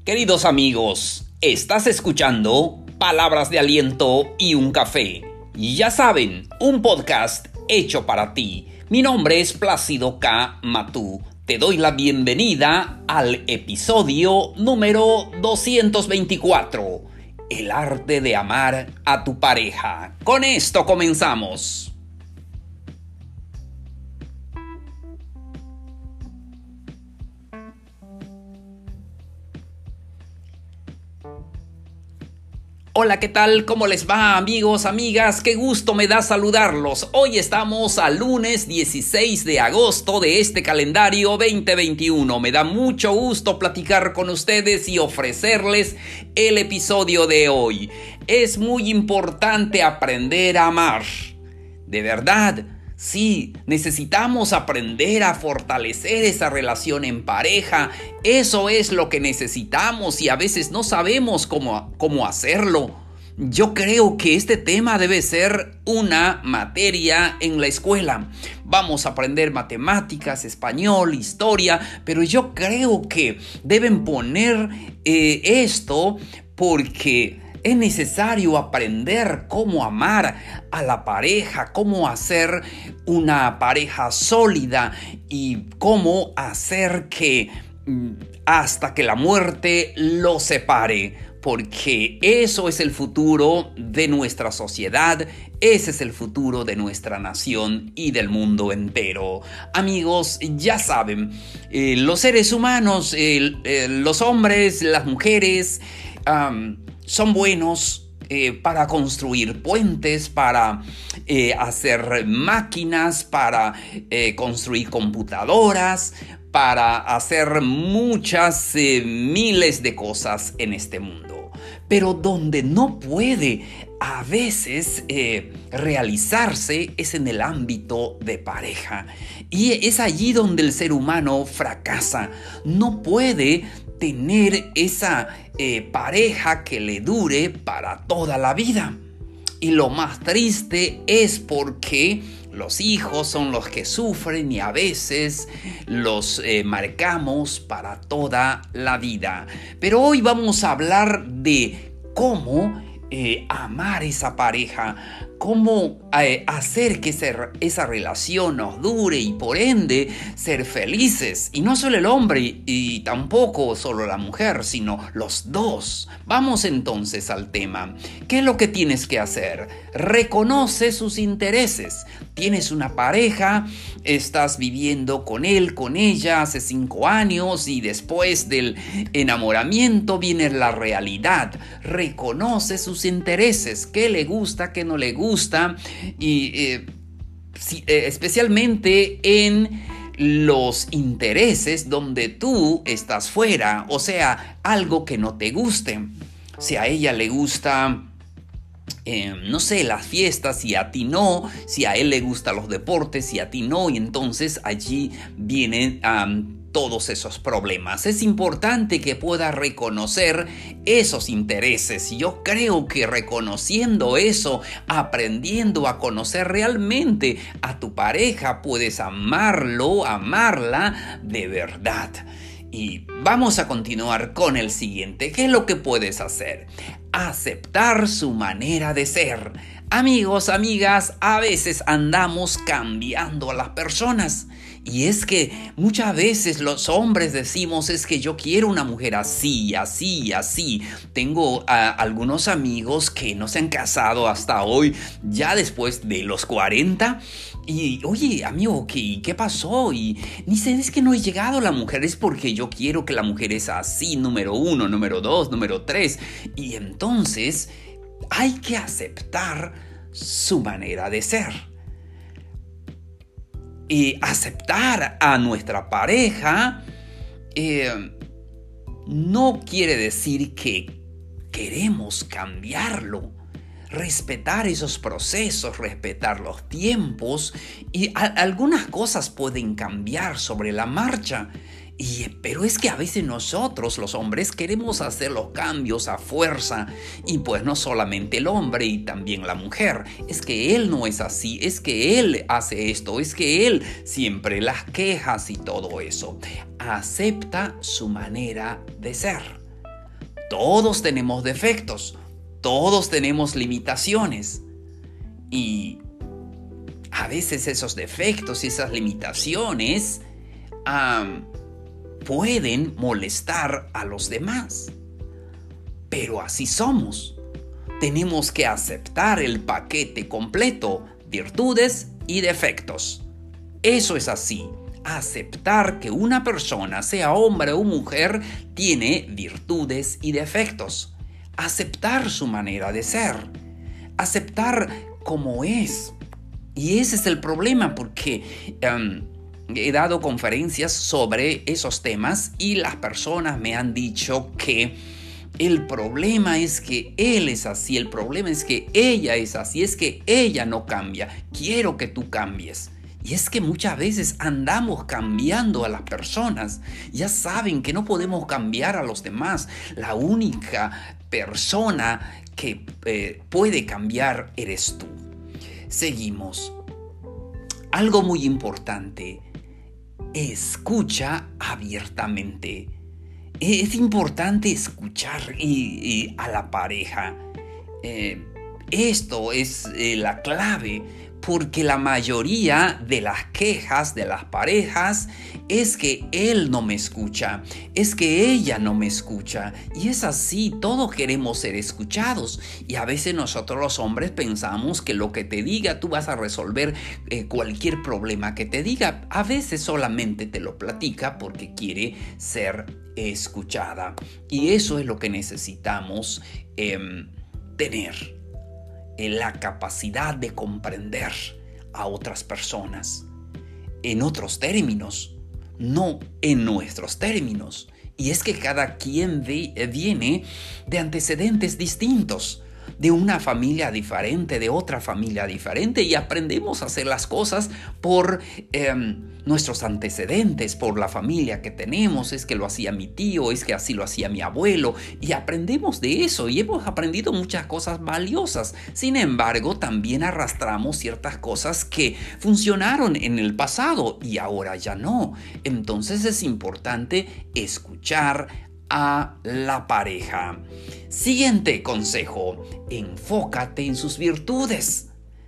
Queridos amigos, estás escuchando Palabras de Aliento y un Café. Y ya saben, un podcast hecho para ti. Mi nombre es Plácido K. Matú. Te doy la bienvenida al episodio número 224. El arte de amar a tu pareja. Con esto comenzamos. Hola, ¿qué tal? ¿Cómo les va, amigos, amigas? Qué gusto me da saludarlos. Hoy estamos a lunes 16 de agosto de este calendario 2021. Me da mucho gusto platicar con ustedes y ofrecerles el episodio de hoy. Es muy importante aprender a amar. De verdad. Sí, necesitamos aprender a fortalecer esa relación en pareja. Eso es lo que necesitamos y a veces no sabemos cómo hacerlo. Yo creo que este tema debe ser una materia en la escuela. Vamos a aprender matemáticas, español, historia, pero yo creo que deben poner esto porque es necesario aprender cómo amar a la pareja, cómo hacer una pareja sólida y cómo hacer que hasta que la muerte los separe, porque eso es el futuro de nuestra sociedad, ese es el futuro de nuestra nación y del mundo entero. Amigos, ya saben, los seres humanos, los hombres, las mujeres, son buenos para construir puentes, para hacer máquinas, para construir computadoras, para hacer muchas miles de cosas en este mundo. Pero donde no puede a veces realizarse es en el ámbito de pareja. Y es allí donde el ser humano fracasa. No puede tener esa pareja que le dure para toda la vida. Y lo más triste es porque los hijos son los que sufren y a veces los marcamos para toda la vida. Pero hoy vamos a hablar de cómo amar esa pareja, cómo hacer que esa relación nos dure y por ende ser felices. Y no solo el hombre y tampoco solo la mujer, sino los dos. Vamos entonces al tema. ¿Qué es lo que tienes que hacer? Reconoce sus intereses. Tienes una pareja, estás viviendo con él, con ella hace 5 años y después del enamoramiento viene la realidad. Reconoce sus intereses, qué le gusta, qué no le gusta y especialmente en los intereses donde tú estás fuera, o sea, algo que no te guste. Si a ella le gusta no sé, las fiestas y a ti no, si a él le gustan los deportes y a ti no, y entonces allí vienen todos esos problemas. Es importante que pueda reconocer esos intereses. Yo creo que reconociendo eso, aprendiendo a conocer realmente a tu pareja, puedes amarlo, amarla de verdad. Y vamos a continuar con el siguiente. ¿Qué es lo que puedes hacer? Aceptar su manera de ser. Amigos, amigas, a veces andamos cambiando a las personas. Y es que muchas veces los hombres decimos, es que yo quiero una mujer así, así, así. Tengo algunos amigos que no se han casado hasta hoy, ya después de los 40. Y oye, amigo, ¿qué pasó? Y dicen, es que no he llegado a la mujer, es porque yo quiero que la mujer es así, número 1, número 2, número 3. Y entonces hay que aceptar su manera de ser. Y aceptar a nuestra pareja no quiere decir que queremos cambiarlo. Respetar esos procesos, respetar los tiempos y algunas cosas pueden cambiar sobre la marcha. Pero es que a veces nosotros, los hombres, queremos hacer los cambios a fuerza. Y pues no solamente el hombre y también la mujer. Es que él no es así, es que él hace esto, es que él siempre las quejas y todo eso. Acepta su manera de ser. Todos tenemos defectos, todos tenemos limitaciones. Y a veces esos defectos y esas limitaciones pueden molestar a los demás. Pero así somos. Tenemos que aceptar el paquete completo, virtudes y defectos. Eso es así. Aceptar que una persona, sea hombre o mujer, tiene virtudes y defectos. Aceptar su manera de ser. Aceptar cómo es. Y ese es el problema, porque he dado conferencias sobre esos temas y las personas me han dicho que el problema es que él es así, el problema es que ella es así, es que ella no cambia. Quiero que tú cambies. Y es que muchas veces andamos cambiando a las personas. Ya saben que no podemos cambiar a los demás. La única persona que puede cambiar eres tú. Seguimos. Algo muy importante. Escucha abiertamente. Es importante escuchar a la pareja. Esto es la clave, porque la mayoría de las quejas de las parejas es que él no me escucha, es que ella no me escucha. Y es así, todos queremos ser escuchados. Y a veces nosotros los hombres pensamos que lo que te diga tú vas a resolver cualquier problema que te diga. A veces solamente te lo platica porque quiere ser escuchada. Y eso es lo que necesitamos tener. La capacidad de comprender a otras personas en otros términos, no en nuestros términos. Y es que cada quien viene de antecedentes distintos, de una familia diferente, de otra familia diferente, y aprendemos a hacer las cosas por nuestros antecedentes, por la familia que tenemos. Es que lo hacía mi tío, es que así lo hacía mi abuelo, y aprendemos de eso y hemos aprendido muchas cosas valiosas. Sin embargo, también arrastramos ciertas cosas que funcionaron en el pasado y ahora ya no. Entonces es importante escuchar a la pareja. Siguiente consejo: enfócate en sus virtudes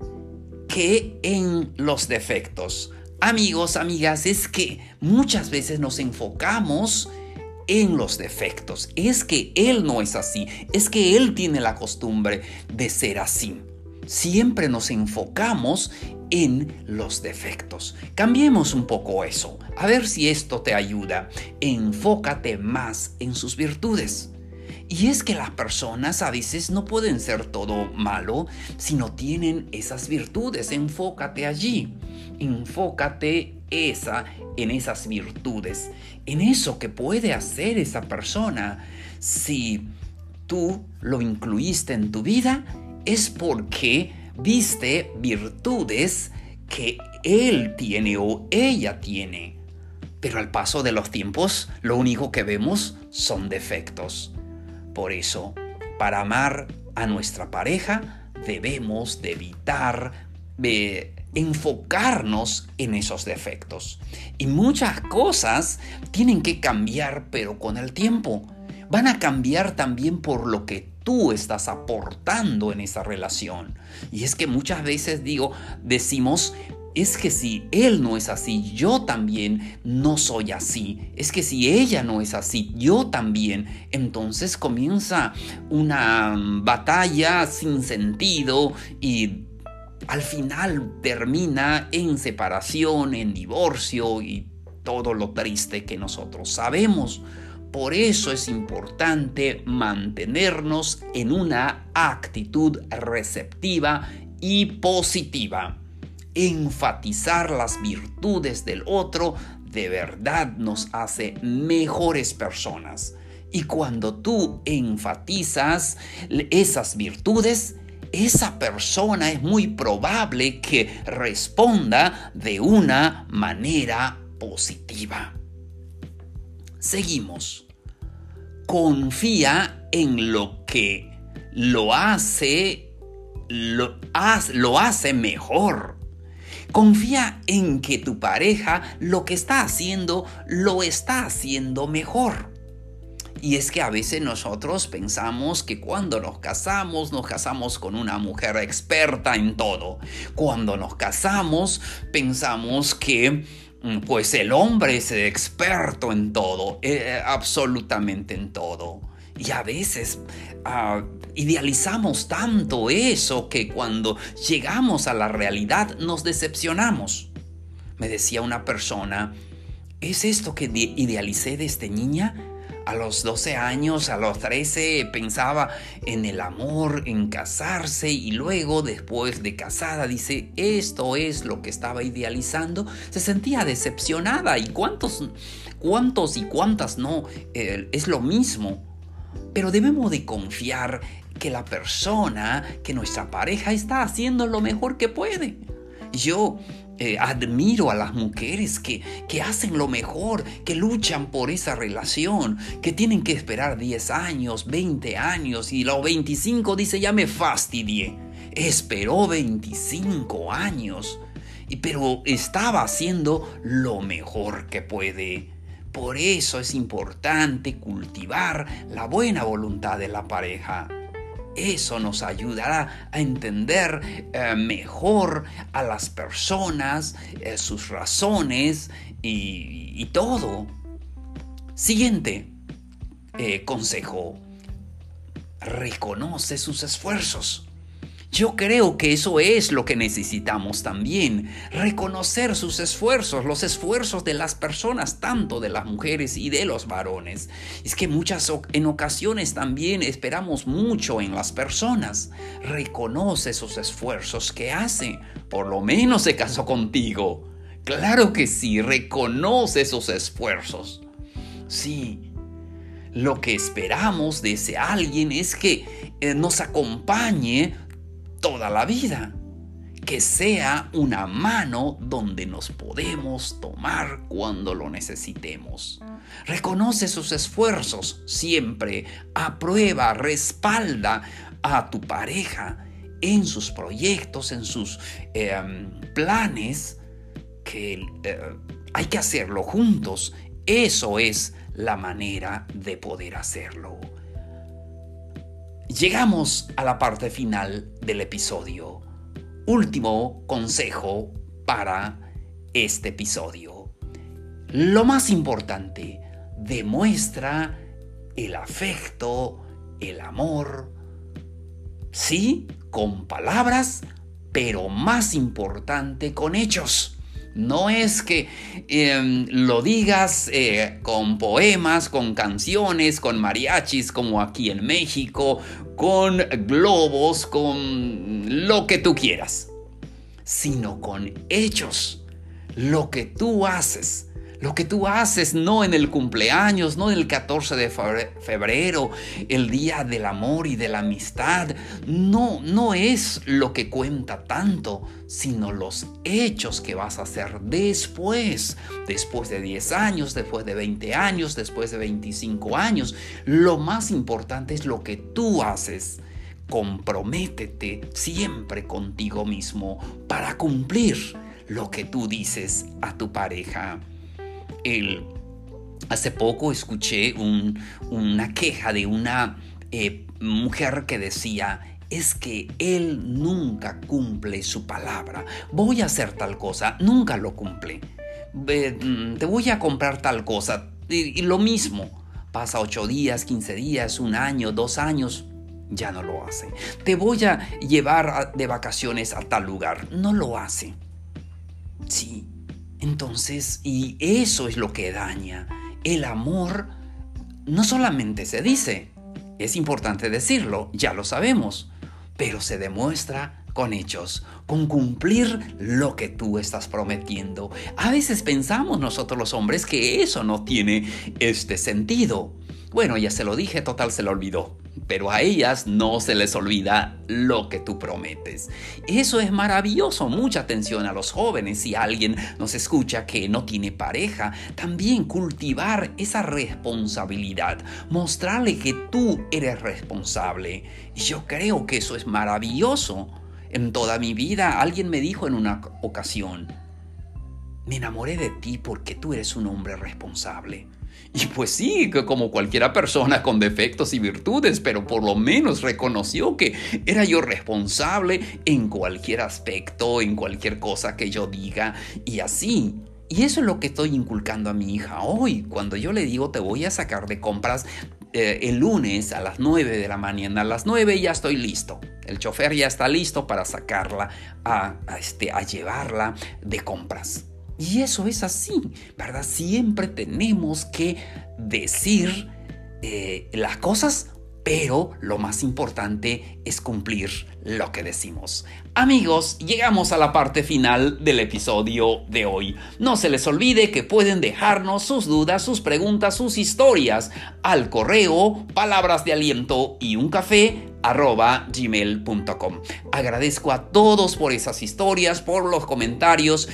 que en los defectos. Amigos, amigas, es que muchas veces nos enfocamos en los defectos. Es que él no es así, es que él tiene la costumbre de ser así. Siempre nos enfocamos en los defectos. Cambiemos un poco eso, a ver si esto te ayuda. Enfócate más en sus virtudes. Y es que las personas a veces no pueden ser todo malo si no tienen esas virtudes. Enfócate allí. Enfócate en esas virtudes, en eso que puede hacer esa persona. Si tú lo incluiste en tu vida, es porque viste virtudes que él tiene o ella tiene. Pero al paso de los tiempos, lo único que vemos son defectos. Por eso, para amar a nuestra pareja, debemos de evitar enfocarnos en esos defectos. Y muchas cosas tienen que cambiar, pero con el tiempo. Van a cambiar también por lo que tú estás aportando en esa relación. Y es que muchas veces decimos, es que si él no es así, yo también no soy así. Es que si ella no es así, yo también. Entonces comienza una batalla sin sentido y al final termina en separación, en divorcio y todo lo triste que nosotros sabemos. Por eso es importante mantenernos en una actitud receptiva y positiva. Enfatizar las virtudes del otro de verdad nos hace mejores personas. Y cuando tú enfatizas esas virtudes, esa persona es muy probable que responda de una manera positiva. Seguimos. Confía en lo que lo hace mejor. Confía en que tu pareja lo que está haciendo, lo está haciendo mejor. Y es que a veces nosotros pensamos que cuando nos casamos con una mujer experta en todo. Cuando nos casamos, pensamos que pues el hombre es experto en todo, absolutamente en todo. Y a veces idealizamos tanto eso que cuando llegamos a la realidad nos decepcionamos. Me decía una persona, ¿es esto que idealicé desde niña? A los 12 años, a los 13, pensaba en el amor, en casarse, y luego, después de casada, dice, esto es lo que estaba idealizando. Se sentía decepcionada. ¿Y cuántos y cuántas no? Es lo mismo. Pero debemos de confiar que la persona, que nuestra pareja está haciendo lo mejor que puede. Yo admiro a las mujeres que hacen lo mejor, que luchan por esa relación, que tienen que esperar 10 años, 20 años y los 25 dice ya me fastidié. Esperó 25 años, pero estaba haciendo lo mejor que puede. Por eso es importante cultivar la buena voluntad de la pareja. Eso nos ayudará a entender mejor a las personas, sus razones y todo. Siguiente consejo. Reconoce sus esfuerzos. Yo creo que eso es lo que necesitamos también, reconocer sus esfuerzos, los esfuerzos de las personas, tanto de las mujeres y de los varones. Es que en ocasiones también esperamos mucho en las personas. Reconoce esos esfuerzos que hace, por lo menos se casó contigo. Claro que sí, reconoce esos esfuerzos. Sí. Lo que esperamos de ese alguien es que nos acompañe toda la vida, que sea una mano donde nos podemos tomar cuando lo necesitemos. Reconoce sus esfuerzos siempre, aprueba, respalda a tu pareja en sus proyectos, en sus planes, que hay que hacerlo juntos. Eso es la manera de poder hacerlo. Llegamos a la parte final del episodio. Último consejo para este episodio. Lo más importante, demuestra el afecto, el amor. Sí, con palabras, pero más importante con hechos. No es que lo digas con poemas, con canciones, con mariachis como aquí en México, con globos, con lo que tú quieras, sino con hechos. Lo que tú haces no en el cumpleaños, no en el 14 de febrero, el día del amor y de la amistad. No es lo que cuenta tanto, sino los hechos que vas a hacer después de 10 años, después de 20 años, después de 25 años. Lo más importante es lo que tú haces. Comprométete siempre contigo mismo para cumplir lo que tú dices a tu pareja. Hace poco escuché una queja de una mujer que decía, es que él nunca cumple su palabra. Voy a hacer tal cosa, nunca lo cumple. Te voy a comprar tal cosa, y lo mismo. Pasa 8 días, 15 días, 1 año, 2 años, ya no lo hace. Te voy a llevar de vacaciones a tal lugar, no lo hace. Sí. Entonces, y eso es lo que daña. El amor no solamente se dice, es importante decirlo, ya lo sabemos, pero se demuestra con hechos, con cumplir lo que tú estás prometiendo. A veces pensamos nosotros los hombres que eso no tiene este sentido. Bueno, ya se lo dije, total se lo olvidó. Pero a ellas no se les olvida lo que tú prometes. Eso es maravilloso. Mucha atención a los jóvenes. Si alguien nos escucha que no tiene pareja, también cultivar esa responsabilidad. Mostrarle que tú eres responsable. Y yo creo que eso es maravilloso. En toda mi vida, alguien me dijo en una ocasión, me enamoré de ti porque tú eres un hombre responsable. Y pues sí, que como cualquiera persona con defectos y virtudes, pero por lo menos reconoció que era yo responsable en cualquier aspecto, en cualquier cosa que yo diga y así. Y eso es lo que estoy inculcando a mi hija hoy. Cuando yo le digo te voy a sacar de compras el lunes a las 9 de la mañana, a las 9 ya estoy listo. El chofer ya está listo para sacarla a llevarla de compras. Y eso es así, ¿verdad? Siempre tenemos que decir las cosas, pero lo más importante es cumplir lo que decimos. Amigos, llegamos a la parte final del episodio de hoy. No se les olvide que pueden dejarnos sus dudas, sus preguntas, sus historias al correo palabrasdealiento@gmail.com. Agradezco a todos por esas historias, por los comentarios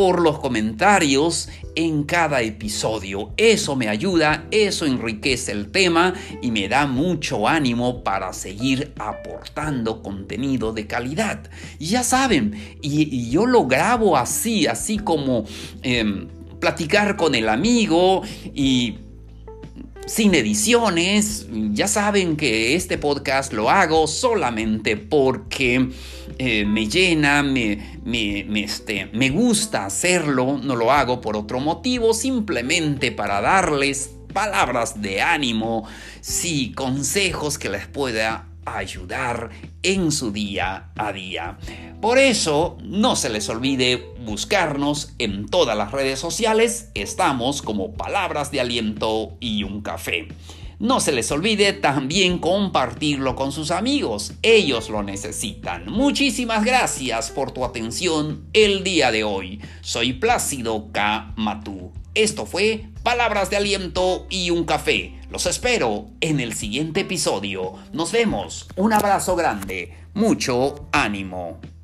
en cada episodio. Eso me ayuda, eso enriquece el tema y me da mucho ánimo para seguir aportando contenido de calidad. Y ya saben, y yo lo grabo así como platicar con el amigo y sin ediciones. Ya saben que este podcast lo hago solamente porque me llena, me gusta hacerlo. No lo hago por otro motivo, simplemente para darles palabras de ánimo, sí, consejos que les pueda ayudar en su día a día. Por eso, no se les olvide buscarnos en todas las redes sociales. Estamos como Palabras de Aliento y un Café. No se les olvide también compartirlo con sus amigos. Ellos lo necesitan. Muchísimas gracias por tu atención el día de hoy. Soy Plácido K. Matú. Esto fue Palabras de Aliento y un Café. Los espero en el siguiente episodio. Nos vemos. Un abrazo grande. Mucho ánimo.